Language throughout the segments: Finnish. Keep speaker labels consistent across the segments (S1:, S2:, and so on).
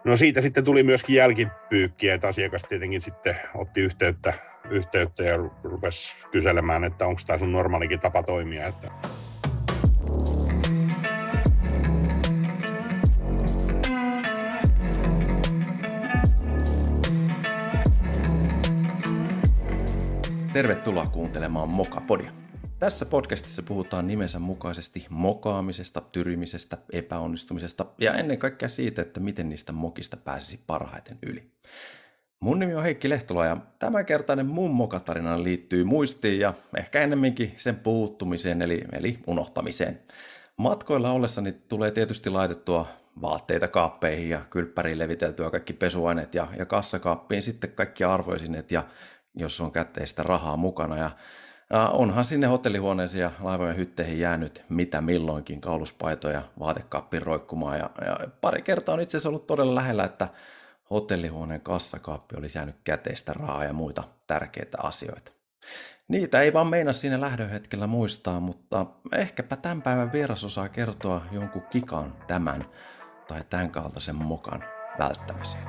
S1: No siitä sitten tuli myöskin jälkipyykkiä, että asiakas tietenkin sitten otti yhteyttä ja rupesi kyselemään, että onko tämä sun normaalikin tapa toimia. Että
S2: Tervetuloa kuuntelemaan Moka-podia. Tässä podcastissa puhutaan nimensä mukaisesti mokaamisesta, tyrimisestä, epäonnistumisesta ja ennen kaikkea siitä, että miten niistä mokista pääsisi parhaiten yli. Mun nimi on Heikki Lehtola ja tämänkertainen mun mokatarina liittyy muistiin ja ehkä ennemminkin sen puuttumiseen eli unohtamiseen. Matkoilla ollessani tulee tietysti laitettua vaatteita kaappeihin ja kylppäriin leviteltyä kaikki pesuaineet ja kassakaappiin sitten kaikki arvoesineet ja jos on käteistä rahaa mukana. Ja onhan sinne hotellihuoneisiin ja laivojen hytteihin jäänyt mitä milloinkin kauluspaitoja vaatekaappiin roikkumaan. Ja pari kertaa on itse asiassa ollut todella lähellä, että hotellihuoneen kassakaappi olisi jäänyt käteistä rahaa ja muita tärkeitä asioita. Niitä ei vaan meinaa siinä lähdön hetkellä muistaa, mutta ehkäpä tämän päivän vieras osaa kertoa jonkun kikan tämän tai tämän kaltaisen mokan välttämiseen.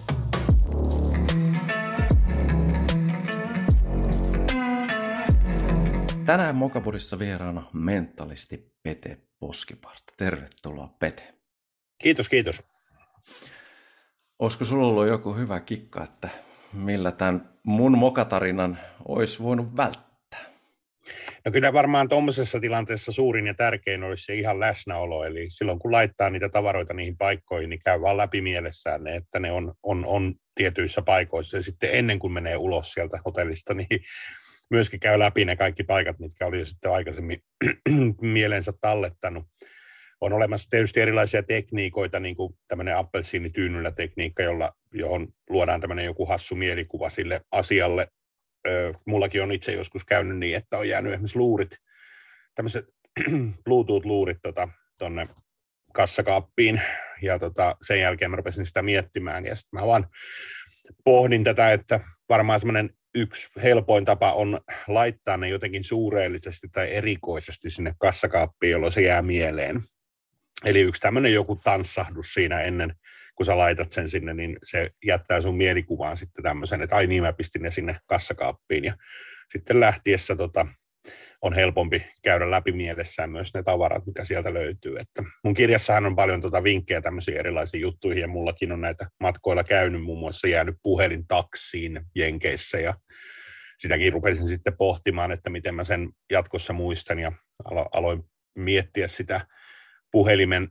S2: Tänään Mokapodissa vieraana mentalisti Pete Poskiparta. Tervetuloa, Pete.
S1: Kiitos.
S2: Olisiko sulla ollut joku hyvä kikka, että millä tämän mun mokatarinan olisi voinut välttää?
S1: No kyllä varmaan tuommoisessa tilanteessa suurin ja tärkein olisi se ihan läsnäolo. Eli silloin kun laittaa niitä tavaroita niihin paikkoihin, niin käy vaan läpi mielessään ne, että ne on tietyissä paikoissa. Ja sitten ennen kuin menee ulos sieltä hotellista, niin myöskin käy läpi ne kaikki paikat, mitkä oli sitten aikaisemmin mielensä tallettanut. On olemassa tietysti erilaisia tekniikoita, niin kuin tämmöinen appelsiinityynyllä tekniikka, johon luodaan tämmöinen joku hassu mielikuva sille asialle. Mullakin on itse joskus käynyt niin, että on jäänyt esimerkiksi luurit, tämmöiset Bluetooth-luurit tuonne kassakaappiin, ja sen jälkeen mä rupesin sitä miettimään, ja sitten mä vaan pohdin tätä, että varmaan semmoinen yksi helpoin tapa on laittaa ne jotenkin suureellisesti tai erikoisesti sinne kassakaappiin, jolloin se jää mieleen. Eli yksi tämmöinen joku tanssahdus siinä ennen, kun sä laitat sen sinne, niin se jättää sun mielikuvaan sitten tämmöisen, että ai niin, mä pistin ne sinne kassakaappiin. Ja sitten lähtiessä on helpompi käydä läpi mielessään myös ne tavarat, mitä sieltä löytyy. Että mun kirjassahan on paljon vinkkejä tämmöisiin erilaisiin juttuihin, ja mullakin on näitä matkoilla käynyt, muun muassa jäänyt puhelin taksiin Jenkeissä, ja sitäkin rupesin sitten pohtimaan, että miten mä sen jatkossa muistan, ja aloin miettiä sitä puhelimen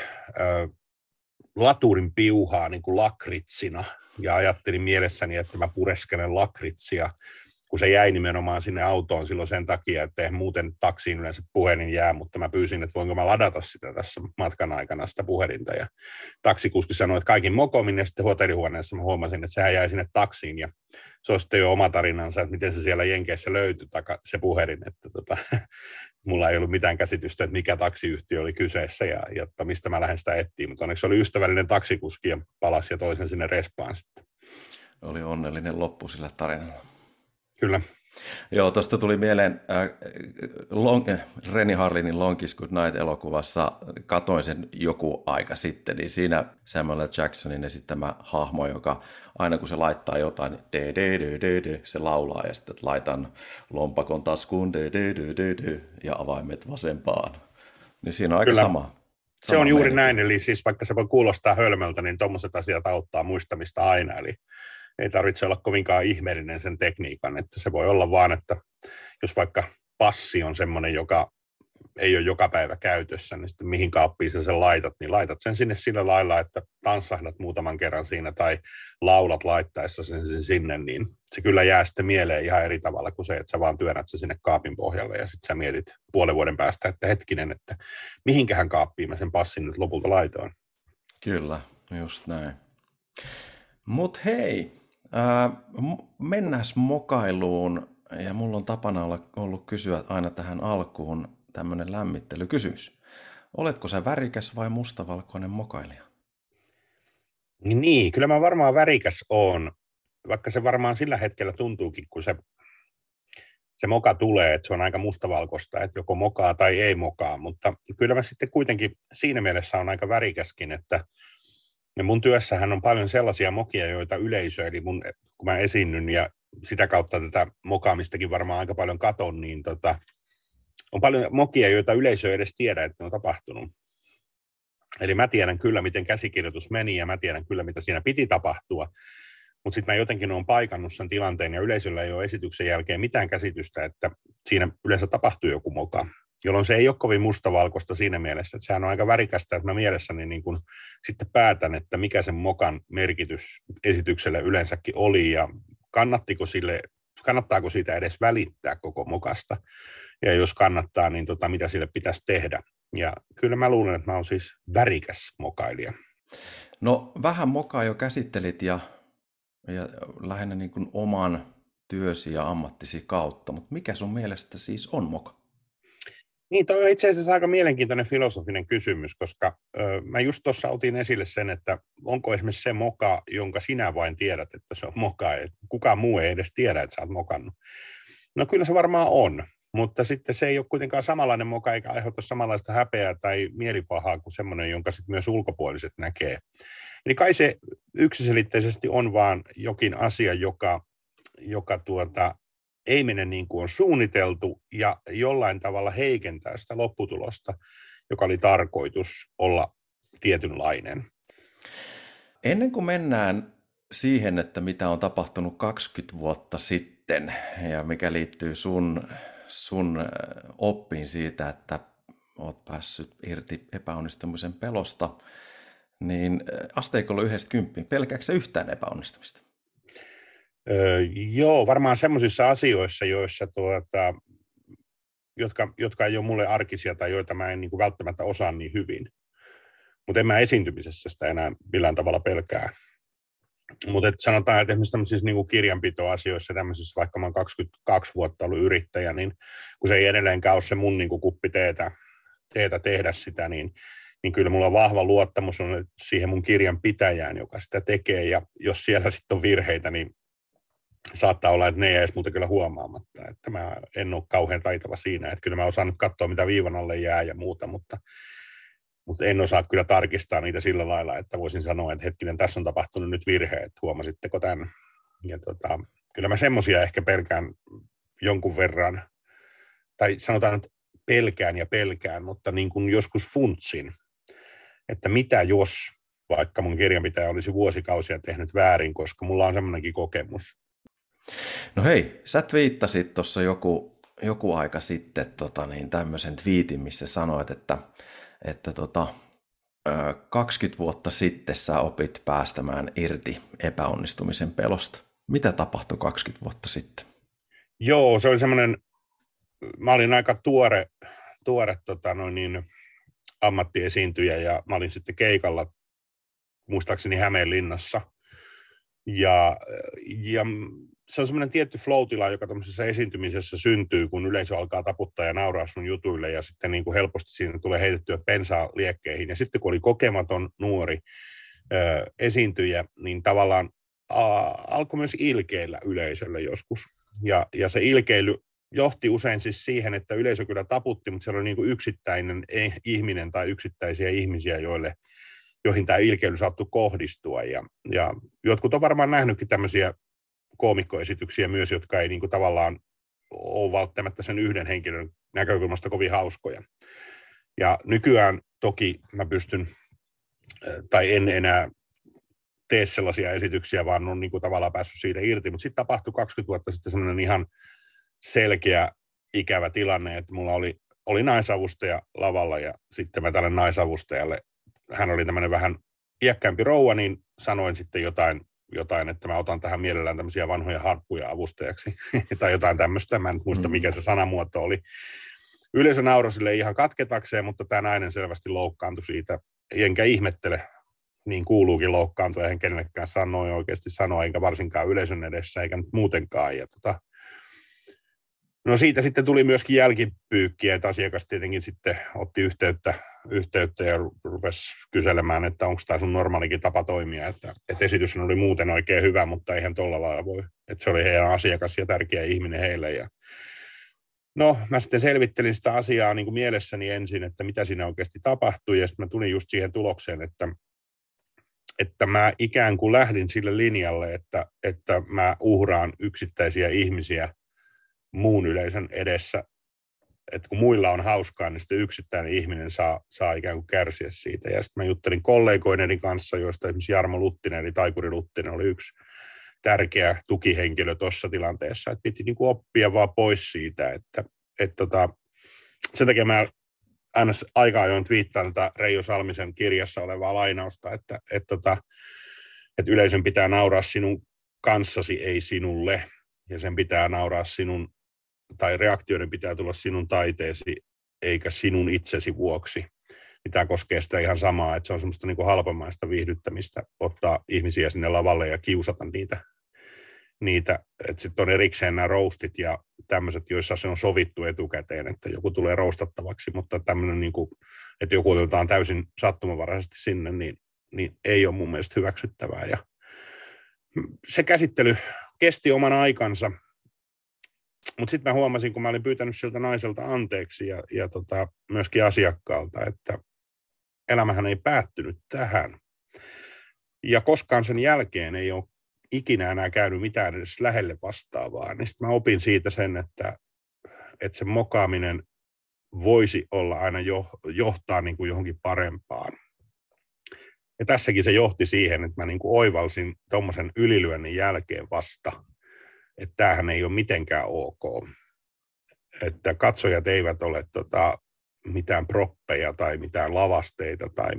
S1: laturin piuhaa niin kuin lakritsina, ja ajattelin mielessäni, että mä pureskelen lakritsia, kun se jäi nimenomaan sinne autoon silloin sen takia, että muuten taksiin yleensä puhelin jää, mutta mä pyysin, että voinko mä ladata sitä tässä matkan aikana sitä puhelinta, ja taksikuski sanoi, että kaikin mokomin, ja sitten hotellihuoneessa mä huomasin, että sehän jäi sinne taksiin, ja se on sitten jo oma tarinansa, että miten se siellä Jenkeissä löytyi, se puhelin, että mulla ei ollut mitään käsitystä, että mikä taksiyhtiö oli kyseessä ja mistä mä lähden sitä etsiä, mutta onneksi oli ystävällinen taksikuski ja palasi ja toisen sinne respaan sitten.
S2: Oli onnellinen loppu sillä tarinalla.
S1: Kyllä.
S2: Joo, tuosta tuli mieleen Renny Harlinin Long is Good Night-elokuvassa, katoin sen joku aika sitten, niin siinä Samuel Jacksonin esittämä hahmo, joka aina kun se laittaa jotain, se laulaa ja sitten laitan lompakon taskuun, ja avaimet vasempaan. Niin siinä on aika sama.
S1: Se on juuri näin, eli siis vaikka se voi kuulostaa hölmöltä, niin tuommoiset asiat auttaa muistamista aina, eli ei tarvitse olla kovinkaan ihmeellinen sen tekniikan, että se voi olla vaan, että jos vaikka passi on semmoinen, joka ei ole joka päivä käytössä, niin sitten mihin kaappiin sä sen laitat, niin laitat sen sinne sillä lailla, että tanssahdat muutaman kerran siinä tai laulat laittaessa sen sinne, niin se kyllä jää sitten mieleen ihan eri tavalla kuin se, että sä vaan työnnät sen sinne kaapin pohjalle ja sitten sä mietit puolen vuoden päästä, että hetkinen, että mihinkähän kaappiin mä sen passin nyt lopulta laitoin.
S2: Kyllä, just näin. Mut hei, mennään mokailuun, ja mulla on tapana ollut kysyä aina tähän alkuun tämmöinen lämmittelykysymys. Oletko sä värikäs vai mustavalkoinen mokailija?
S1: Niin, kyllä mä varmaan värikäs oon, vaikka se varmaan sillä hetkellä tuntuukin, kun se moka tulee, että se on aika mustavalkoista, että joko mokaa tai ei mokaa, mutta kyllä mä sitten kuitenkin siinä mielessä on aika värikäskin, että Ja mun työssähän on paljon sellaisia mokia, joita yleisö, eli kun mä esiinnyn ja sitä kautta tätä mokaamistakin varmaan aika paljon katon, niin on paljon mokia, joita yleisö ei edes tiedä, että ne on tapahtunut. Eli mä tiedän kyllä, miten käsikirjoitus meni ja mä tiedän kyllä, mitä siinä piti tapahtua. Mutta sitten mä jotenkin olen paikannut sen tilanteen ja yleisöllä ei ole esityksen jälkeen mitään käsitystä, että siinä yleensä tapahtuu joku moka, jolloin se ei ole kovin mustavalkoista siinä mielessä, että sehän on aika värikästä, että mä mielessäni niin kun sitten päätän, että mikä sen mokan merkitys esitykselle yleensäkin oli ja kannattaako siitä edes välittää koko mokasta ja jos kannattaa, niin mitä sille pitäisi tehdä. Ja kyllä mä luulen, että mä oon siis värikäs mokailija.
S2: No vähän mokaa jo käsittelit ja lähinnä niin kuin oman työsi ja ammattisi kautta, mutta mikä sun mielestä siis on moka?
S1: Niin, toi on itse asiassa aika mielenkiintoinen filosofinen kysymys, koska mä just tuossa otin esille sen, että onko esimerkiksi se moka, jonka sinä vain tiedät, että se on moka, että kukaan muu ei edes tiedä, että sä oot mokannut. No kyllä se varmaan on, mutta sitten se ei ole kuitenkaan samanlainen moka, eikä aiheuta samanlaista häpeää tai mielipahaa kuin semmoinen, jonka sitten myös ulkopuoliset näkee. Eli kai se yksiselitteisesti on vaan jokin asia, joka ei mene niin kuin on suunniteltu ja jollain tavalla heikentää sitä lopputulosta, joka oli tarkoitus olla tietynlainen.
S2: Ennen kuin mennään siihen, että mitä on tapahtunut 20 vuotta sitten ja mikä liittyy sun oppiin siitä, että olet päässyt irti epäonnistumisen pelosta, niin asteikolla 1–10, pelkääkö sä yhtään epäonnistumista?
S1: Joo, varmaan semmoisissa asioissa, jotka ei ole mulle arkisia tai joita mä en niin kuin välttämättä osaa niin hyvin. Mutta en mä esiintymisessä sitä enää millään tavalla pelkää. Mutta sanotaan, että esimerkiksi tämmöisissä niin kuin kirjanpitoasioissa, tämmöisissä, vaikka mä oon 22 vuotta ollut yrittäjä, niin kun se ei edelleenkään ole se mun niin kuin kuppi teetä tehdä sitä, niin kyllä mulla on vahva luottamus on siihen mun kirjanpitäjään, joka sitä tekee, ja jos siellä sitten on virheitä, niin saattaa olla, että ne ei edes muuta kyllä huomaamatta, että mä en ole kauhean taitava siinä, että kyllä mä osaan nyt katsoa, mitä viivan alle jää ja muuta, mutta en osaa kyllä tarkistaa niitä sillä lailla, että voisin sanoa, että hetkinen, tässä on tapahtunut nyt virhe, että huomasitteko tämän. Ja kyllä mä semmoisia ehkä pelkään jonkun verran, tai sanotaan nyt pelkään, mutta niin kuin joskus funtsin, että mitä jos vaikka mun kirjanpitäjä olisi vuosikausia tehnyt väärin, koska mulla on semmoinenkin kokemus.
S2: No hei, sä twiittasit tuossa joku aika sitten tämmöisen twiitin, missä sanoit, että 20 vuotta sitten sä opit päästämään irti epäonnistumisen pelosta. Mitä tapahtui 20 vuotta sitten?
S1: Joo, se oli semmoinen, mä olin aika tuore ammattiesiintyjä ja mä olin sitten keikalla, muistaakseni Hämeenlinnassa. Ja se on semmoinen tietty flow-tila, joka tämmöisessä esiintymisessä syntyy, kun yleisö alkaa taputtaa ja nauraa sun jutuille ja sitten niin kuin helposti siinä tulee heitettyä bensaa liekkeihin. Ja sitten kun oli kokematon nuori esiintyjä, niin tavallaan alkoi myös ilkeillä yleisölle joskus. Ja se ilkeily johti usein siis siihen, että yleisö kyllä taputti, mutta siellä oli niin kuin yksittäinen ihminen tai yksittäisiä ihmisiä, joihin tämä ilkeily saattoi kohdistua. Ja jotkut on varmaan nähnytkin tämmöisiä koomikkoesityksiä myös, jotka ei niin kuin tavallaan ole välttämättä sen yhden henkilön näkökulmasta kovin hauskoja. Ja nykyään toki mä pystyn, tai en enää tee sellaisia esityksiä, vaan on niin kuin tavallaan päässyt siitä irti. Mutta sitten tapahtui 20 vuotta sitten semmoinen ihan selkeä, ikävä tilanne, että mulla oli naisavustaja lavalla ja sitten mä tälle naisavustajalle, hän oli tämmöinen vähän iäkkäämpi rouva, niin sanoin sitten jotain, että mä otan tähän mielellään tämmöisiä vanhoja harppuja avustajaksi tai jotain tämmöistä, mä en muista mikä se sanamuoto oli. Yleisö nauroi sille ihan katketakseen, mutta tämä nainen selvästi loukkaantui siitä, enkä ihmettele, niin kuuluukin loukkaantua, eihän kenellekään sanoa oikeasti sanoa, eikä varsinkaan yleisön edessä, eikä nyt muutenkaan. Ja no siitä sitten tuli myöskin jälkipyykkiä, että asiakas tietenkin sitten otti yhteyttä ja rupesi kyselemään, että onko tämä sun normaalikin tapa toimia, että esitys oli muuten oikein hyvä, mutta eihän tuolla lailla voi, että se oli heidän asiakas ja tärkeä ihminen heille. Ja no, mä sitten selvittelin sitä asiaa niin kuin mielessäni ensin, että mitä siinä oikeasti tapahtui, ja sitten mä tulin just siihen tulokseen, että että mä ikään kuin lähdin sille linjalle, että mä uhraan yksittäisiä ihmisiä muun yleisön edessä, että kun muilla on hauskaa, niin sitten yksittäinen ihminen saa ikään kuin kärsiä siitä. Ja sitten mä juttelin kollegoideni kanssa, joista esimerkiksi Jarmo Luttinen, eli Taikuri Luttinen, oli yksi tärkeä tukihenkilö tuossa tilanteessa, että piti niin kuin oppia vaan pois siitä, että sen takia mä aina aika ajoin twiittaan tätä Reijo Salmisen kirjassa olevaa lainausta, että yleisön pitää nauraa sinun kanssasi, ei sinulle, ja sen pitää nauraa sinun, tai reaktioiden pitää tulla sinun taiteesi, eikä sinun itsesi vuoksi. Tämä koskee sitä ihan samaa, että se on semmoista niin kuin halpamaista viihdyttämistä, ottaa ihmisiä sinne lavalle ja kiusata niitä, että sitten on erikseen nämä roastit ja tämmöiset, joissa se on sovittu etukäteen, että joku tulee roastattavaksi, mutta tämmöinen, niin kuin, että joku otetaan täysin sattumanvaraisesti sinne, niin ei ole mun mielestä hyväksyttävää. Ja se käsittely kesti oman aikansa, mutta sitten mä huomasin, kun mä olin pyytänyt siltä naiselta anteeksi ja myöskin asiakkaalta, että elämähän ei päättynyt tähän. Ja koskaan sen jälkeen ei ole ikinä enää käynyt mitään edes lähelle vastaavaa. Niin sitten mä opin siitä sen, että se mokaaminen voisi olla aina johtaa niin kuin johonkin parempaan. Ja tässäkin se johti siihen, että mä niin kuin oivalsin tuommoisen ylilyönnin jälkeen vasta, että tämähän ei ole mitenkään ok. Että katsojat eivät ole mitään proppeja tai mitään lavasteita tai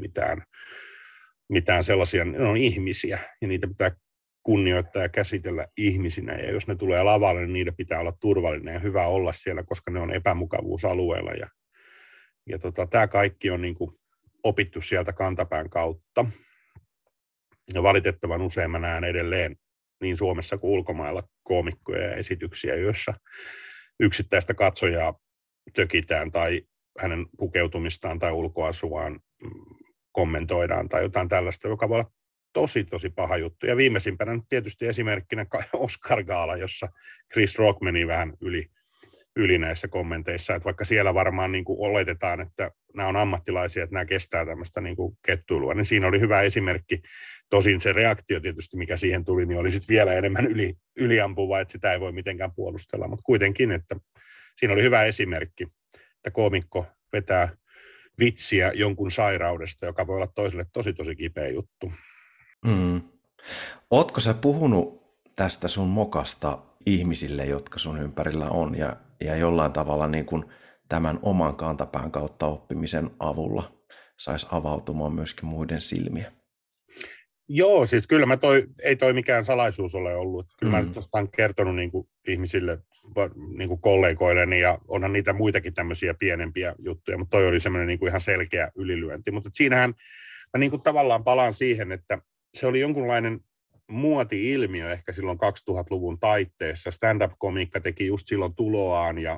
S1: mitään sellaisia, ne on ihmisiä ja niitä pitää kunnioittaa ja käsitellä ihmisinä, ja jos ne tulee lavalle, niin niiden pitää olla turvallinen ja hyvä olla siellä, koska ne on epämukavuusalueella. Ja tämä kaikki on niin kuin opittu sieltä kantapään kautta. Ja valitettavan usein mä näen edelleen niin Suomessa kuin ulkomailla koomikkoja ja esityksiä, joissa yksittäistä katsojaa tökitään tai hänen pukeutumistaan tai ulkoasuaan kommentoidaan tai jotain tällaista, joka voi olla tosi paha juttu. Ja viimeisimpänä nyt tietysti esimerkkinä Oscar-gaala, jossa Chris Rock meni vähän yli näissä kommenteissa, että vaikka siellä varmaan niin kuin oletetaan, että nämä on ammattilaisia, että nämä kestää tämmöistä niin kuin kettuilua, niin siinä oli hyvä esimerkki. Tosin se reaktio tietysti, mikä siihen tuli, niin oli sitten vielä enemmän yliampuva, että sitä ei voi mitenkään puolustella, mutta kuitenkin, että siinä oli hyvä esimerkki, että koomikko vetää vitsiä jonkun sairaudesta, joka voi olla toiselle tosi kipeä juttu.
S2: Ootko sä puhunut tästä sun mokasta ihmisille, jotka sun ympärillä on, ja jollain tavalla niin kuin tämän oman kantapään kautta oppimisen avulla saisi avautumaan myöskin muiden silmiä?
S1: Joo, siis kyllä ei toi mikään salaisuus ole ollut. Kyllä mä nyt olen kertonut niin kuin ihmisille, niin kuin kollegoilleni, ja onhan niitä muitakin tämmöisiä pienempiä juttuja, mutta toi oli semmoinen niin kuin ihan selkeä ylilyönti. Mutta siinähän mä niin kuin tavallaan palaan siihen, että se oli jonkunlainen muoti-ilmiö ehkä silloin 2000-luvun taitteessa. Stand-up-komiikka teki just silloin tuloaan, ja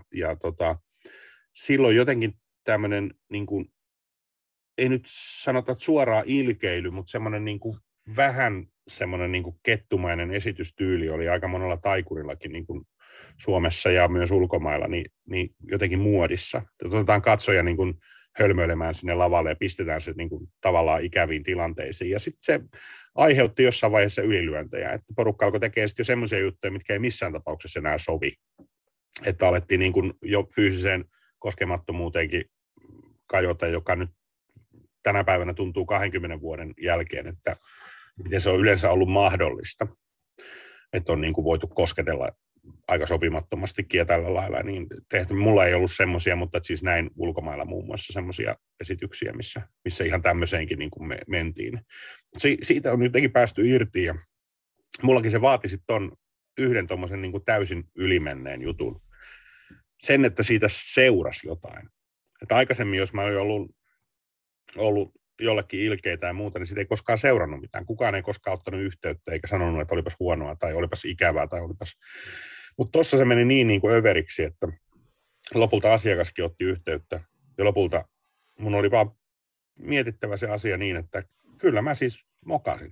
S1: silloin jotenkin tämmöinen, niin kuin, ei nyt sanota että suoraan ilkeily, mutta semmoinen niin kuin vähän semmoinen niin kuin kettumainen esitystyyli oli aika monella taikurillakin niin kuin Suomessa ja myös ulkomailla niin jotenkin muodissa. Otetaan katsoja niin kuin hölmöilemään sinne lavalle ja pistetään se niin kuin tavallaan ikäviin tilanteisiin. Ja sitten se aiheutti jossain vaiheessa ylilyöntejä, että porukka alkoi tekemään sitten jo semmoisia juttuja, mitkä ei missään tapauksessa enää sovi. Että alettiin niin kuin jo fyysiseen koskemattomuuteenkin kajota, joka nyt tänä päivänä tuntuu 20 vuoden jälkeen, että miten se on yleensä ollut mahdollista. Että on niin kuin voitu kosketella aika sopimattomastikin ja tällä lailla. Niin tehty. Mulla ei ollut semmoisia, mutta siis näin ulkomailla muun muassa semmoisia esityksiä, missä ihan tämmöiseenkin niin kuin me mentiin. Siitä on jotenkin päästy irti ja mullakin se vaati sitten ton yhden tommosen niin kuin täysin ylimenneen jutun. Sen, että siitä seurasi jotain. Että aikaisemmin, jos mä olin ollut jollekin ilkeitä ja muuta, niin siitä ei koskaan seurannut mitään. Kukaan ei koskaan ottanut yhteyttä eikä sanonut, että olipas huonoa tai olipas ikävää tai olipas. Mutta tuossa se meni niin kuin överiksi, että lopulta asiakaskin otti yhteyttä ja lopulta mun oli vaan mietittävä se asia niin, että kyllä mä siis mokasin.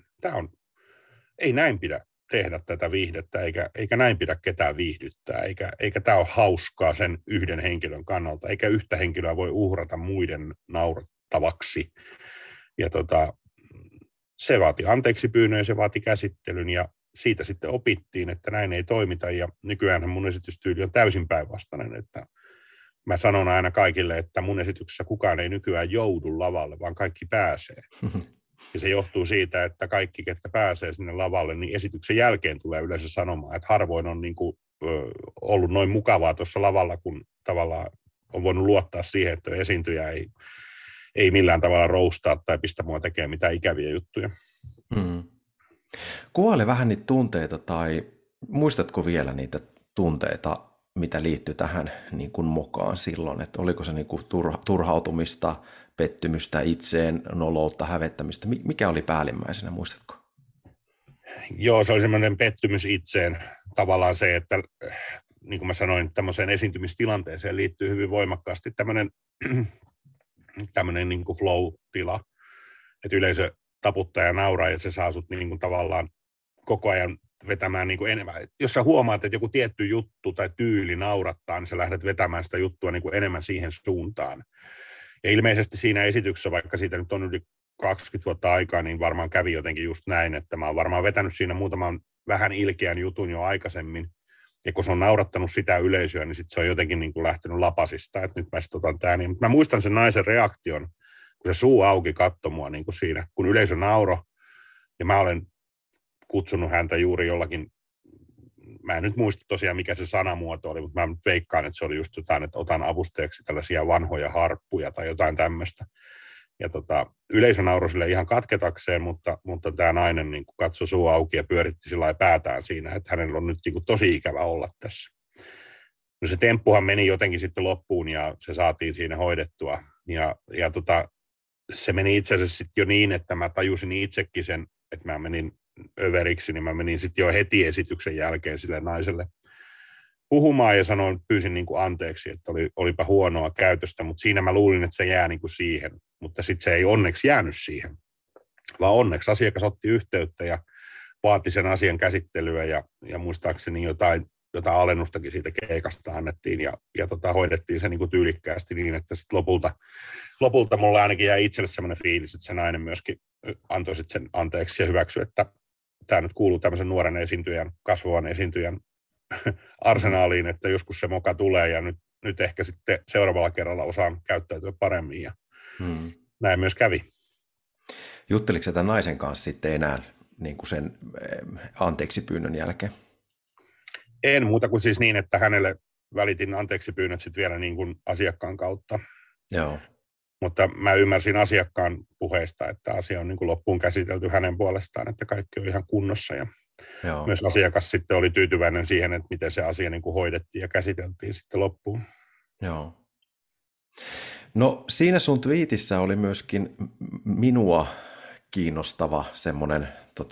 S1: Ei näin pidä tehdä tätä viihdettä eikä näin pidä ketään viihdyttää eikä tämä ole hauskaa sen yhden henkilön kannalta eikä yhtä henkilöä voi uhrata muiden naurattavaksi. Ja se vaati anteeksipyynnön ja se vaati käsittelyn ja siitä sitten opittiin, että näin ei toimita ja nykyään mun esitystyyli on täysin päinvastainen, että mä sanon aina kaikille, että mun esityksessä kukaan ei nykyään joudu lavalle, vaan kaikki pääsee. Ja se johtuu siitä, että kaikki, ketkä pääsee sinne lavalle, niin esityksen jälkeen tulee yleensä sanomaan, että harvoin on niin kuin, ollut noin mukavaa tuossa lavalla, kun tavallaan on voinut luottaa siihen, että esiintyjä ei millään tavalla roustaa tai pistä mua tekemään mitään ikäviä juttuja.
S2: Kuvaile vähän niitä tunteita tai muistatko vielä niitä tunteita, mitä liittyy tähän niin kuin mokaan silloin, että oliko se niin kuin turhautumista, pettymystä itseen, noloutta, hävettämistä, mikä oli päällimmäisenä, muistatko?
S1: Joo, se oli semmoinen pettymys itseen, tavallaan se, että niin kuin mä sanoin, tämmöiseen esiintymistilanteeseen liittyy hyvin voimakkaasti tämmöinen niin kuin flow-tila, että yleisö taputtaa ja nauraa ja se saa sut niin kuin tavallaan koko ajan vetämään niin kuin enemmän. Jos sä huomaat, että joku tietty juttu tai tyyli naurattaa, niin sä lähdet vetämään sitä juttua niin kuin enemmän siihen suuntaan. Ja ilmeisesti siinä esityksessä, vaikka siitä nyt on yli 20 vuotta aikaa, niin varmaan kävi jotenkin just näin, että mä oon varmaan vetänyt siinä muutaman vähän ilkeän jutun jo aikaisemmin. Ja kun se on naurattanut sitä yleisöä, niin sitten se on jotenkin niin kuin lähtenyt lapasista, että nyt mä otan tää. Niin, mä muistan sen naisen reaktion, kun se suu auki katsoi mua niin kuin siinä, kun yleisö nauro, ja mä olen kutsunut häntä juuri jollakin, mä en nyt muista tosiaan mikä se sanamuoto oli, mutta mä nyt veikkaan, että se oli just jotain, että otan avustajaksi tällaisia vanhoja harppuja tai jotain tämmöistä. Ja yleisö nauroi sille ihan katketakseen, mutta tämä nainen niin kuin katsoi suu auki ja pyöritti sillä lailla päätään siinä, että hänellä on nyt niin kuin tosi ikävä olla tässä. No se temppuhan meni jotenkin sitten loppuun ja se saatiin siinä hoidettua. Ja se meni itse asiassa sitten jo niin, että mä tajusin itsekin sen, että mä menin överiksi, niin mä menin sitten jo heti esityksen jälkeen sille naiselle puhumaan ja pyysin niin kuin anteeksi, että olipa huonoa käytöstä, mutta siinä mä luulin, että se jää niin kuin siihen, mutta sitten se ei onneksi jäänyt siihen, vaan onneksi asiakas otti yhteyttä ja vaati sen asian käsittelyä ja muistaakseni jotain alennustakin siitä keikasta annettiin ja hoidettiin se niin kuin tyylikkäästi niin, että sitten lopulta mulla ainakin jäi itselle sellainen fiilis, että se nainen myöskin antoi sitten sen anteeksi ja hyväksyi, että tämä nyt kuuluu tämmöisen nuoren esiintyjän, kasvavan esiintyjän arsenaaliin, että joskus se moka tulee ja nyt ehkä sitten seuraavalla kerralla osaan käyttäytyä paremmin ja näin myös kävi.
S2: Jutteliko tämän naisen kanssa sitten enää niin kuin sen anteeksipyynnön jälkeen?
S1: En muuta kuin siis niin, että hänelle välitin anteeksipyynnöt sitten vielä niin kuin asiakkaan kautta.
S2: Joo.
S1: Mutta mä ymmärsin asiakkaan puheesta, että asia on niin kuin loppuun käsitelty hänen puolestaan, että kaikki on ihan kunnossa. Ja myös asiakas sitten oli tyytyväinen siihen, että miten se asia niin kuin hoidettiin ja käsiteltiin sitten loppuun.
S2: Joo. No siinä sun twiitissä oli myöskin minua kiinnostava semmoinen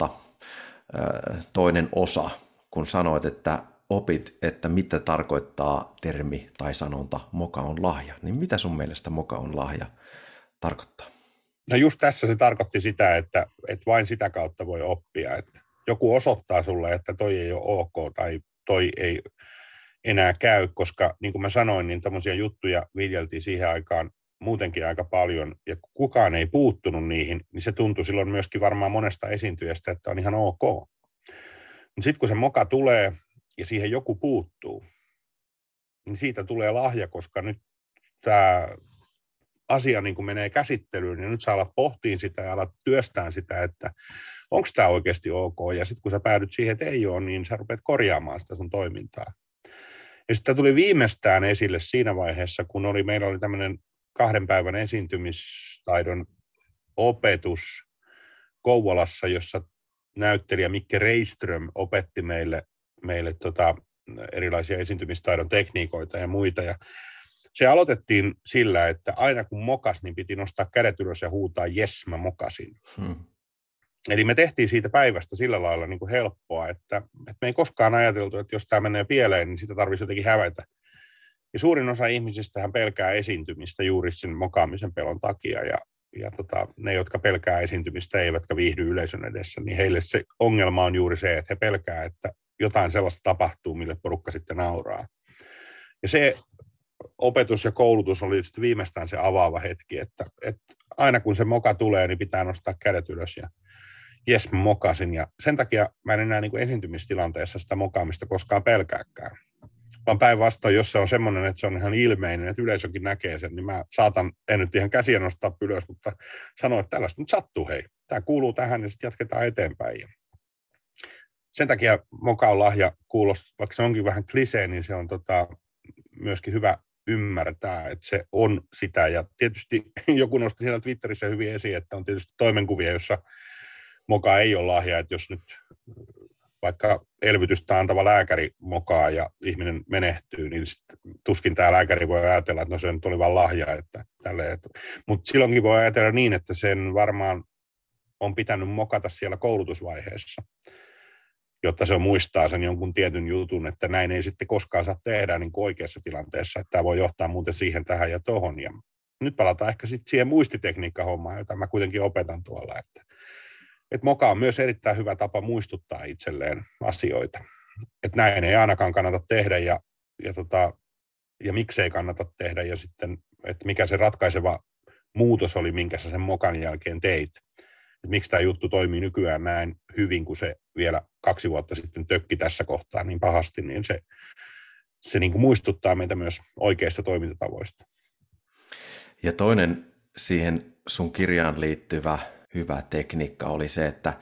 S2: toinen osa, kun sanoit, että opit, että mitä tarkoittaa termi tai sanonta moka on lahja. Niin mitä sun mielestä moka on lahja tarkoittaa?
S1: No just tässä se tarkoitti sitä, että vain sitä kautta voi oppia. Että joku osoittaa sulle, että toi ei ole ok tai toi ei enää käy, koska niin kuin mä sanoin, niin tämmöisiä juttuja viljeltiin siihen aikaan muutenkin aika paljon, ja kun kukaan ei puuttunut niihin, niin se tuntui silloin myöskin varmaan monesta esiintyjästä, että on ihan ok. Mutta sitten kun se moka tulee ja siihen joku puuttuu, niin siitä tulee lahja, koska nyt tämä asia niin kun menee käsittelyyn, niin nyt sä alat pohtiin sitä ja alat työstään sitä, että onko tämä oikeasti ok, ja sitten kun sä päädyt siihen, että ei ole, niin sä rupeat korjaamaan sitä sun toimintaa. Ja sitten tuli viimeistään esille siinä vaiheessa, kun meillä oli tämmöinen 2 päivän esiintymistaidon opetus Kouvolassa, jossa näyttelijä Mikke Reiström opetti meille erilaisia esiintymistaidon tekniikoita ja muita. Ja se aloitettiin sillä, että aina kun mokas, niin piti nostaa kädet ylös ja huutaa, jes, mä mokasin. Eli me tehtiin siitä päivästä sillä lailla niin kuin helppoa, että me ei koskaan ajateltu, että jos tämä menee pieleen, niin sitä tarvitsisi jotenkin hävetä. Ja suurin osa ihmisistähän pelkää esiintymistä juuri sen mokaamisen pelon takia, ja ne, jotka pelkää esiintymistä eivätkä viihdy yleisön edessä, niin heille se ongelma on juuri se, että he pelkää, että jotain sellaista tapahtuu, mille porukka sitten nauraa. Ja se opetus ja koulutus oli sitten viimeistään se avaava hetki, että aina kun se moka tulee, niin pitää nostaa kädet ylös ja jes mä mokasin. Ja sen takia mä en enää niin kuin esiintymistilanteessa sitä mokaamista koskaan pelkääkään. Vaan päinvastoin, jos se on semmoinen, että se on ihan ilmeinen, että yleisökin näkee sen, niin mä saatan, en nyt ihan käsiä nostaa ylös, mutta sanoa, että tällaista nyt sattuu, hei. Tämä kuuluu tähän ja sitten jatketaan eteenpäin. Ja sen takia moka on lahja kuulostaa, vaikka se onkin vähän klisee, niin se on myöskin hyvä ymmärtää, että se on sitä. Ja tietysti joku nosti siellä Twitterissä hyvin esiin, että on tietysti toimenkuvia, jossa moka ei ole lahja, että jos nyt vaikka elvytystä antava lääkäri mokaa ja ihminen menehtyy, niin tuskin tämä lääkäri voi ajatella, että no se nyt oli vain lahja. Mutta silloinkin voi ajatella niin, että sen varmaan on pitänyt mokata siellä koulutusvaiheessa, jotta se muistaa sen jonkun tietyn jutun, että näin ei sitten koskaan saa tehdä niin kuin oikeassa tilanteessa, että tämä voi johtaa muuten siihen, tähän ja tohon. Ja nyt palataan ehkä sitten siihen muistitekniikka-hommaan, jota mä kuitenkin opetan tuolla, että moka on myös erittäin hyvä tapa muistuttaa itselleen asioita. Että näin ei ainakaan kannata tehdä ja miksei kannata tehdä ja sitten, että mikä se ratkaiseva muutos oli, minkä sä sen mokan jälkeen teit. Että miksi tämä juttu toimii nykyään näin hyvin, kun se vielä 2 vuotta sitten tökki tässä kohtaa niin pahasti, niin se niin kuin muistuttaa meitä myös oikeista toimintatavoista.
S2: Ja toinen siihen sun kirjaan liittyvä hyvä tekniikka oli se, että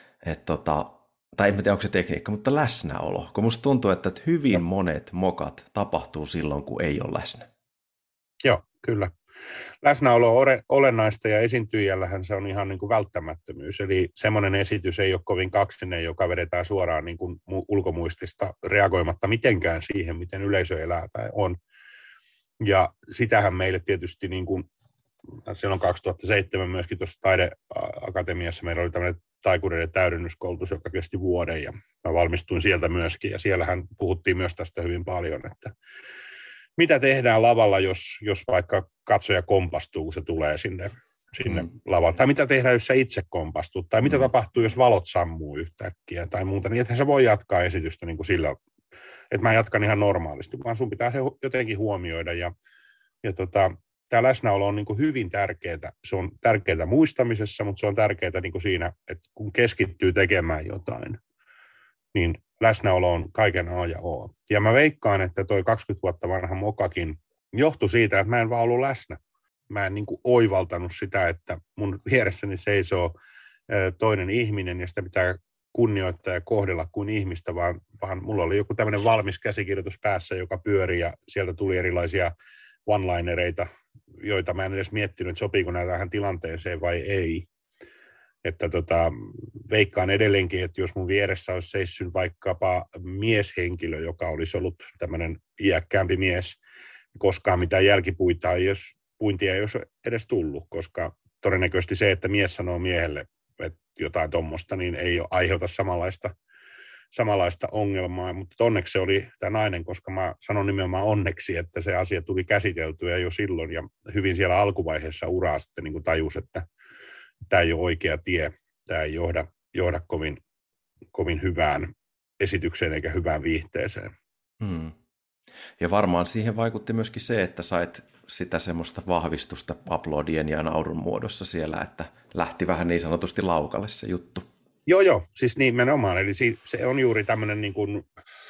S2: tai en tiedä onko se tekniikka, mutta läsnäolo. Kun musta tuntuu, että hyvin monet mokat tapahtuu silloin, kun ei ole läsnä.
S1: Joo, kyllä. Läsnäolo on olennaista ja esiintyjällähän se on ihan niin kuin välttämättömyys. Eli semmoinen esitys ei ole kovin kaksinen, joka vedetään suoraan niin kuin ulkomuistista reagoimatta mitenkään siihen, miten yleisö elää tai on. Ja sitähän meille tietysti niin kuin silloin 2007 myöskin tuossa Taideakatemiassa meillä oli tämmöinen taikureiden täydennyskoulutus, joka kesti vuoden ja mä valmistuin sieltä myöskin ja siellähän puhuttiin myös tästä hyvin paljon, että mitä tehdään lavalla, jos vaikka katsoja kompastuu, kun se tulee sinne lavalle, tai mitä tehdään, jos sä itse kompastut, tai mitä tapahtuu, jos valot sammuu yhtäkkiä tai muuta, niin ethän sä voi jatkaa esitystä niin kuin sillä, että mä jatkan ihan normaalisti, vaan sun pitää se jotenkin huomioida ja tämä läsnäolo on niin kuin hyvin tärkeää. Se on tärkeää muistamisessa, mutta se on tärkeää niin kuin siinä, että kun keskittyy tekemään jotain, niin läsnäolo on kaiken A ja O. Ja mä veikkaan, että toi 20 vuotta vanha mokakin johtui siitä, että mä en vaan ollut läsnä. Mä en niin kuin oivaltanut sitä, että mun vieressäni seisoo toinen ihminen ja sitä pitää kunnioittaa ja kohdella kuin ihmistä, vaan mulla oli joku tämmöinen valmis käsikirjoitus päässä, joka pyöri ja sieltä tuli erilaisia one-linereita, joita mä en edes miettinyt, että sopiiko nämä tähän tilanteeseen vai ei. Että veikkaan edelleenkin, että jos mun vieressä olisi seissyt vaikkapa mieshenkilö, joka olisi ollut tämmöinen iäkkäämpi mies, koskaan mitään jälkipuintia ei olisi edes tullut, koska todennäköisesti se, että mies sanoo miehelle että jotain tuommoista, niin ei aiheuta samanlaista ongelmaa, mutta onneksi se oli tämä nainen, koska mä sanon nimenomaan onneksi, että se asia tuli käsiteltyä jo silloin ja hyvin siellä alkuvaiheessa uraa sitten niin kuin tajus, että tämä ei ole oikea tie, tämä ei johda kovin hyvään esitykseen eikä hyvään viihteeseen.
S2: Ja varmaan siihen vaikutti myöskin se, että sait sitä semmoista vahvistusta aplodien ja naurun muodossa siellä, että lähti vähän niin sanotusti laukalle se juttu.
S1: Joo, siis nimenomaan. Eli se on juuri tämmöinen niin kuin,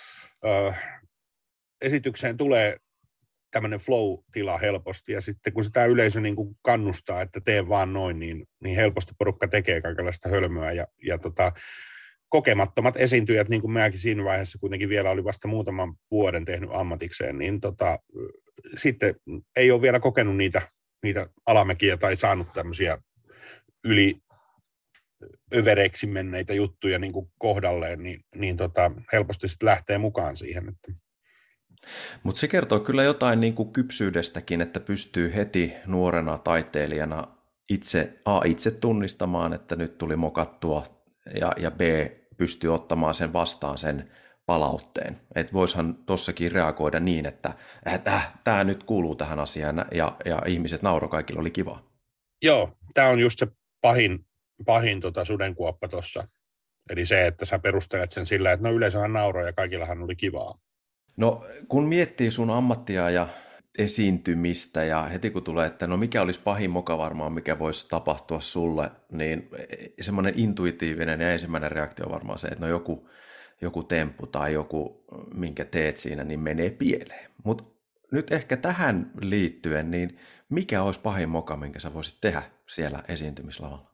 S1: esitykseen tulee tämmöinen flow-tila helposti, ja sitten kun sitä yleisö niin kuin kannustaa, että tee vaan noin, niin helposti porukka tekee kaikenlaista hölmöä, ja kokemattomat esiintyjät, niin kuin minäkin siinä vaiheessa kuitenkin vielä oli vasta muutaman vuoden tehnyt ammatikseen, niin sitten ei ole vielä kokenut niitä alamäkiä tai saanut tämmöisiä yli övereiksi menneitä juttuja niin kuin kohdalleen, niin helposti sitten lähtee mukaan siihen.
S2: Mutta se kertoo kyllä jotain niin kuin kypsyydestäkin, että pystyy heti nuorena taiteilijana itse tunnistamaan, että nyt tuli mokattua, ja B pystyy ottamaan sen vastaan sen palautteen. Että voisihan tossakin reagoida niin, että tämä nyt kuuluu tähän asiaan, ja ihmiset nauroi, kaikilla oli kiva.
S1: Joo, tämä on just se pahin sudenkuoppa tuossa. Eli se, että sä perustelet sen sillä, että no yleisöhän nauroi ja kaikillahan oli kivaa.
S2: No kun miettii sun ammattia ja esiintymistä ja heti kun tulee, että no mikä olisi pahin moka varmaan, mikä voisi tapahtua sulle, niin semmoinen intuitiivinen ja ensimmäinen reaktio on varmaan se, että no joku temppu tai joku, minkä teet siinä, niin menee pieleen. Mutta nyt ehkä tähän liittyen, niin mikä olisi pahin moka, minkä sä voisit tehdä siellä esiintymislavalla?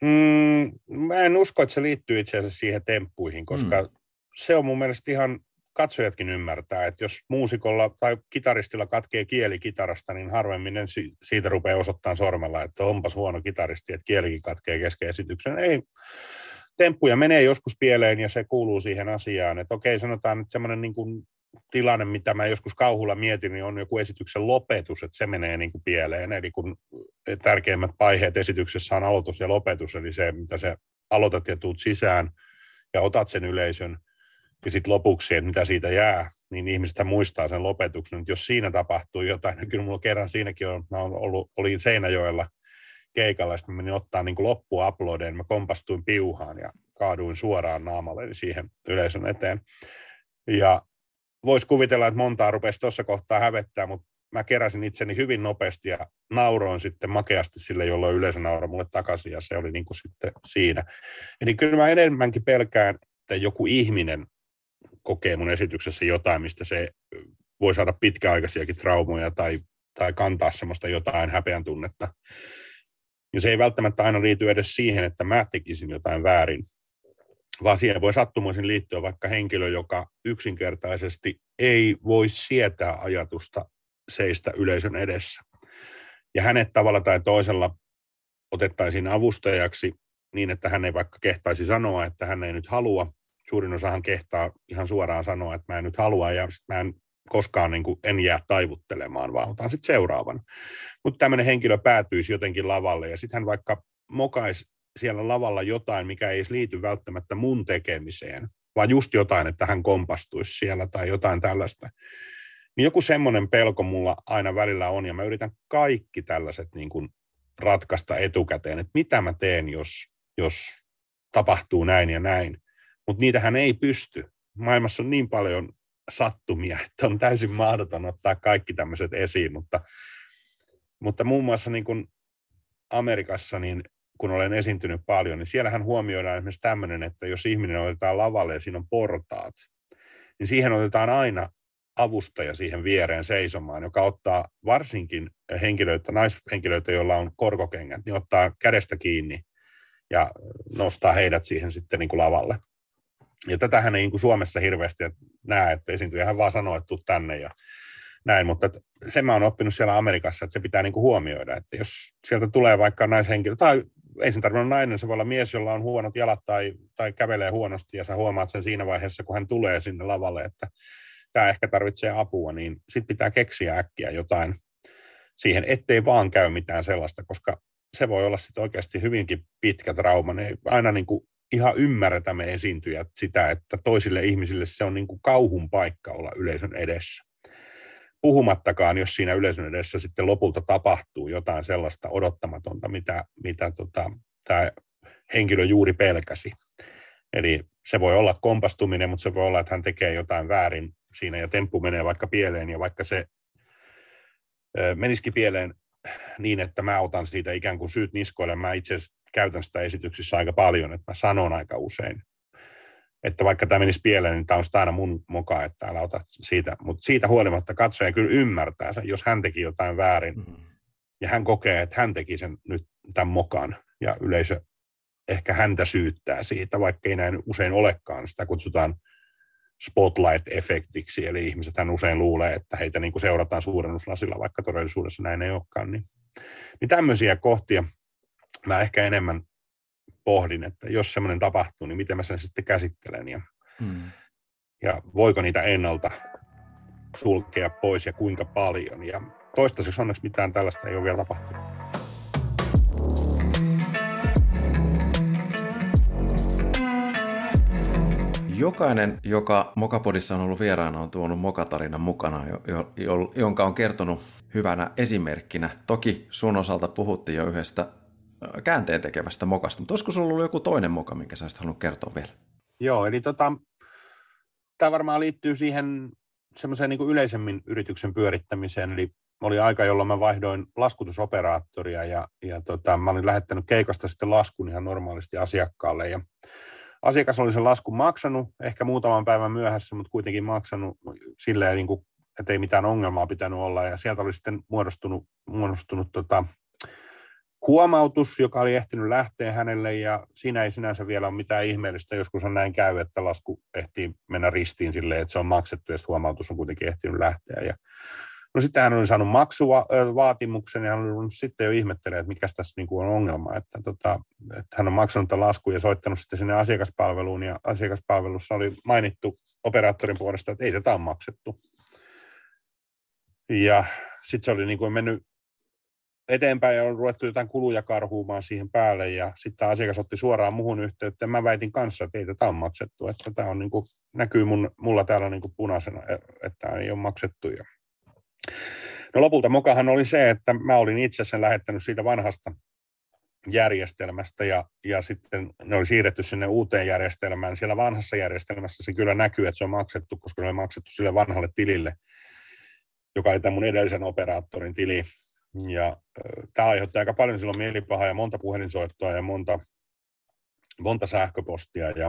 S1: Mä en usko, että se liittyy itse asiassa siihen temppuihin, koska se on mun mielestä ihan katsojatkin ymmärtää, että jos muusikolla tai kitaristilla katkee kieli kitarasta, niin harvemmin siitä rupeaa osoittamaan sormella, että onpas huono kitaristi, että kielikin katkee kesken esityksen. Ei, temppuja menee joskus pieleen ja se kuuluu siihen asiaan. Että okei, sanotaan, että semmoinen niin kuin tilanne, mitä mä joskus kauhulla mietin, niin on joku esityksen lopetus, että se menee niin kuin pieleen. Eli kun tärkeimmät vaiheet esityksessä on aloitus ja lopetus, eli se, mitä sä aloitat ja tuut sisään ja otat sen yleisön, ja sitten lopuksi, että mitä siitä jää, niin ihmiset muistaa sen lopetuksen. Että jos siinä tapahtuu jotain, niin kyllä mulla kerran siinäkin olin Seinäjoella keikalla, ja sitten menin ottaa niin kuin loppuaplodeen, mä kompastuin piuhaan ja kaaduin suoraan naamalle siihen yleisön eteen. Ja voisi kuvitella, että montaa rupesi tuossa kohtaa hävettää, mutta mä keräsin itseni hyvin nopeasti ja nauroin sitten makeasti sille, jolloin yleisö nauroi mulle takaisin, ja se oli niin kuin sitten siinä. Eli kyllä mä enemmänkin pelkään, että joku ihminen kokee mun esityksessä jotain, mistä se voi saada pitkäaikaisiakin traumoja tai kantaa semmoista jotain häpeän tunnetta. Ja se ei välttämättä aina liity edes siihen, että mä tekisin jotain väärin, vaan siihen voi sattumoisin liittyä vaikka henkilö, joka yksinkertaisesti ei voi sietää ajatusta seistä yleisön edessä. Ja hänet tavalla tai toisella otettaisiin avustajaksi niin, että hän ei vaikka kehtaisi sanoa, että hän ei nyt halua. Suurin osahan kehtaa ihan suoraan sanoa, että mä en nyt halua, ja mä en koskaan en jää taivuttelemaan, vaan otan sitten seuraavan. Mutta tämmöinen henkilö päätyisi jotenkin lavalle, ja sitten hän vaikka mokaisi siellä lavalla jotain, mikä ei liity välttämättä mun tekemiseen, vaan just jotain, että hän kompastuisi siellä tai jotain tällaista. Niin joku semmoinen pelko mulla aina välillä on, ja mä yritän kaikki tällaiset niin kuin ratkaista etukäteen, että mitä mä teen, jos tapahtuu näin ja näin. Mutta niitähän ei pysty. Maailmassa on niin paljon sattumia, että on täysin mahdoton ottaa kaikki tämmöiset esiin, mutta muun muassa niin kuin Amerikassa, niin kun olen esiintynyt paljon, niin siellähän huomioidaan esimerkiksi tämmöinen, että jos ihminen otetaan lavalle ja siinä on portaat, niin siihen otetaan aina avustaja siihen viereen seisomaan, joka ottaa varsinkin naishenkilöitä, joilla on korkokengät, niin ottaa kädestä kiinni ja nostaa heidät siihen sitten niin kuin lavalle. Ja tätähän ei niin kuin Suomessa hirveästi näe, että esiintyjähän vaan sanoo, että tuu tänne ja näin, mutta sen mä oon oppinut siellä Amerikassa, että se pitää niin kuin huomioida, että jos sieltä tulee vaikka naishenkilö, tai ei sen tarvitse olla nainen, se voi olla mies, jolla on huonot jalat tai kävelee huonosti, ja sä huomaat sen siinä vaiheessa, kun hän tulee sinne lavalle, että tämä ehkä tarvitsee apua, niin sitten pitää keksiä äkkiä jotain siihen, ettei vaan käy mitään sellaista, koska se voi olla sitten oikeasti hyvinkin pitkä trauma. Ne ei aina niin kuin ihan ymmärretä me esiintyjät sitä, että toisille ihmisille se on niin kuin kauhun paikka olla yleisön edessä. Puhumattakaan, jos siinä yleisön edessä sitten lopulta tapahtuu jotain sellaista odottamatonta, mitä tämä henkilö juuri pelkäsi. Eli se voi olla kompastuminen, mutta se voi olla, että hän tekee jotain väärin siinä ja temppu menee vaikka pieleen, ja vaikka se menisikin pieleen niin, että mä otan siitä ikään kuin syyt niskoille, mä itse asiassa käytän sitä esityksissä aika paljon, että mä sanon aika usein, että vaikka tämä menisi pieleen, niin tämä on aina mun moka, että älä ota siitä. Mutta siitä huolimatta katsoja kyllä ymmärtää sen, jos hän teki jotain väärin, ja hän kokee, että hän teki sen nyt tämän mokan, ja yleisö ehkä häntä syyttää siitä, vaikka ei näin usein olekaan. Sitä kutsutaan spotlight-efektiksi, eli ihmiset hän usein luulee, että heitä niin kuin seurataan suurennuslasilla, vaikka todellisuudessa näin ei olekaan. Niin tämmöisiä kohtia mä ehkä enemmän pohdin, että jos semmoinen tapahtuu, niin miten mä sen sitten käsittelen ja voiko niitä ennalta sulkea pois ja kuinka paljon. Ja toistaiseksi onneksi mitään tällaista ei ole vielä tapahtunut.
S2: Jokainen, joka Mokapodissa on ollut vieraana, on tuonut mokatarinan mukana, jonka on kertonut hyvänä esimerkkinä. Toki sun osalta puhuttiin jo yhdestä käänteen tekevästä mokasta, mutta olisiko sulla ollut joku toinen moka, minkä sä olisit halunnut kertoa vielä?
S1: Joo, eli tämä varmaan liittyy siihen semmoiseen niin kuin yleisemmin yrityksen pyörittämiseen, eli oli aika, jolloin mä vaihdoin laskutusoperaattoria ja mä olin lähettänyt keikasta sitten laskun ihan normaalisti asiakkaalle ja asiakas oli sen laskun maksanut, ehkä muutaman päivän myöhässä, mutta kuitenkin maksanut silleen, niin kuin, että ei mitään ongelmaa pitänyt olla ja sieltä oli sitten muodostunut huomautus, joka oli ehtinyt lähteä hänelle ja siinä ei sinänsä vielä ole mitään ihmeellistä. Joskus on näin käy, että lasku ehtii mennä ristiin silleen, että se on maksettu ja huomautus on kuitenkin ehtinyt lähteä. Ja no sitten hän oli saanut maksuvaatimuksen ja hän oli sitten jo ihmettelee, että mikä tässä niin kuin on ongelma. Että hän on maksanut tämän laskun ja soittanut sitten sinne asiakaspalveluun ja asiakaspalvelussa oli mainittu operaattorin puolesta, että ei tätä ole maksettu. Ja sitten se oli niin kuin mennyt eteenpäin ja on ruvettu jotain kuluja karhuumaan siihen päälle ja sitten asiakas otti suoraan muhun yhteyttä ja mä väitin kanssa, että ei tätä on maksettu, että tämä on niin kuin, näkyy mulla täällä niin kuin punaisena, että ei ole maksettu. No lopulta mokahan oli se, että mä olin itse sen lähettänyt siitä vanhasta järjestelmästä ja sitten ne oli siirretty sinne uuteen järjestelmään. Siellä vanhassa järjestelmässä se kyllä näkyy, että se on maksettu, koska se oli maksettu sille vanhalle tilille, joka oli tämän mun edellisen operaattorin tili. Ja tämä aiheutti aika paljon silloin mielipahaa ja monta puhelinsoittoa ja monta sähköpostia. Ja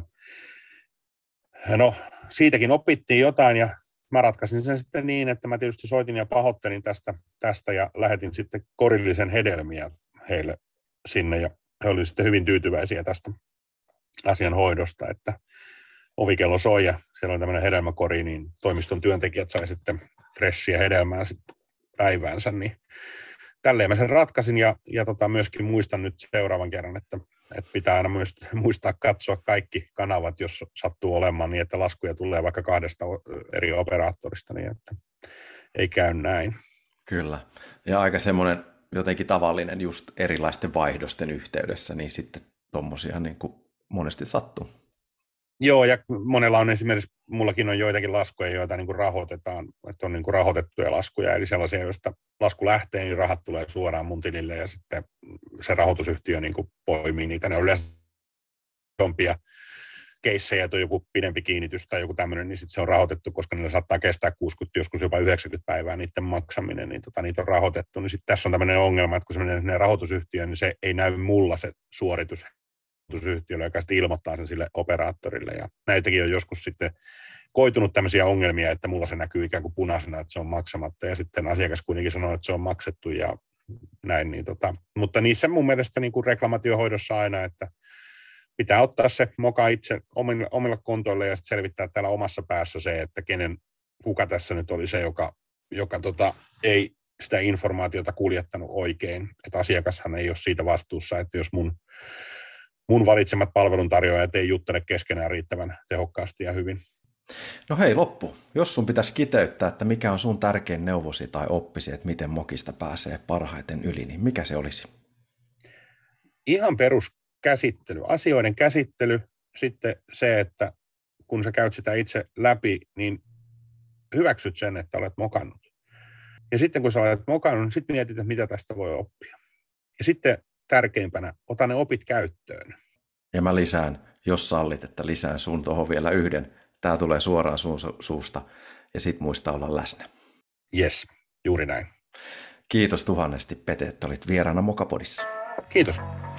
S1: no, siitäkin opittiin jotain ja mä ratkaisin sen sitten niin, että mä tietysti soitin ja pahoittelin tästä ja lähetin sitten korillisen hedelmiä heille sinne ja he olivat sitten hyvin tyytyväisiä tästä asian hoidosta, että ovikello soi ja siellä on tämmöinen hedelmäkori, niin toimiston työntekijät sai sitten freshia hedelmää sitten päiväänsä, niin tälleen mä sen ratkaisin ja myöskin muistan nyt seuraavan kerran, että pitää aina muistaa katsoa kaikki kanavat, jos sattuu olemaan niin, että laskuja tulee vaikka 2 eri operaattorista, niin että ei käy näin.
S2: Kyllä. Ja aika semmoinen jotenkin tavallinen just erilaisten vaihdosten yhteydessä, niin sitten tommosia niin kuin monesti sattuu.
S1: Joo, ja monella on esimerkiksi, mullakin on joitakin laskuja, joita niin kuin rahoitetaan, että on niin kuin rahoitettuja laskuja, eli sellaisia, joista lasku lähtee, niin rahat tulee suoraan mun tilille, ja sitten se rahoitusyhtiö niin kuin poimii niitä. Ne on yleensä isompia keissejä, että on joku pidempi kiinnitys tai joku tämmöinen, niin sitten se on rahoitettu, koska niillä saattaa kestää 60, joskus jopa 90 päivää niiden maksaminen, niin niitä on rahoitettu. Niin sitten tässä on tämmöinen ongelma, että kun se menee sinne rahoitusyhtiöön, niin se ei näy mulla se suoritus yhtiölle, joka sitten ilmoittaa sen sille operaattorille. Ja näitäkin on joskus sitten koitunut tämmöisiä ongelmia, että mulla se näkyy ikään kuin punaisena, että se on maksamatta, ja sitten asiakas kuitenkin sanoo, että se on maksettu ja näin. Niin mutta niissä mun mielestä niin kuin reklamaatiohoidossa aina, että pitää ottaa se moka itse omilla kontoille ja sitten selvittää täällä omassa päässä se, että kuka tässä nyt oli se, joka ei sitä informaatiota kuljettanut oikein. Että asiakashan ei ole siitä vastuussa, että jos mun valitsemat palveluntarjoajat ei juttele keskenään riittävän tehokkaasti ja hyvin.
S2: No hei, loppu. Jos sun pitäisi kiteyttää, että mikä on sun tärkein neuvosi tai oppisi, että miten mokista pääsee parhaiten yli, niin mikä se olisi?
S1: Ihan peruskäsittely, asioiden käsittely, sitten se, että kun sä käyt sitä itse läpi, niin hyväksyt sen, että olet mokannut. Ja sitten kun sä olet mokannut, niin sitten mietit, että mitä tästä voi oppia. Ja sitten tärkeimpänä, ota ne opit käyttöön.
S2: Ja mä lisään, jos sallit, että lisään sun tuohon vielä yhden. Tää tulee suoraan sun suusta ja sit muista olla läsnä.
S1: Yes, juuri näin.
S2: Kiitos tuhannesti, Pete, että olit vieraana Mokapodissa.
S1: Kiitos.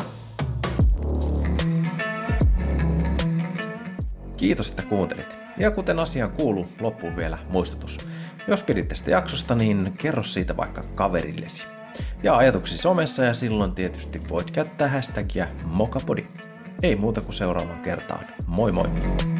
S2: Kiitos, että kuuntelit. Ja kuten asiaan kuuluu, loppuun vielä muistutus. Jos pidit tästä jaksosta, niin kerro siitä vaikka kaverillesi. Ja ajatuksi somessa ja silloin tietysti voit käyttää hashtagia Mokapodi. Ei muuta kuin seuraavan kertaan. Moi moi!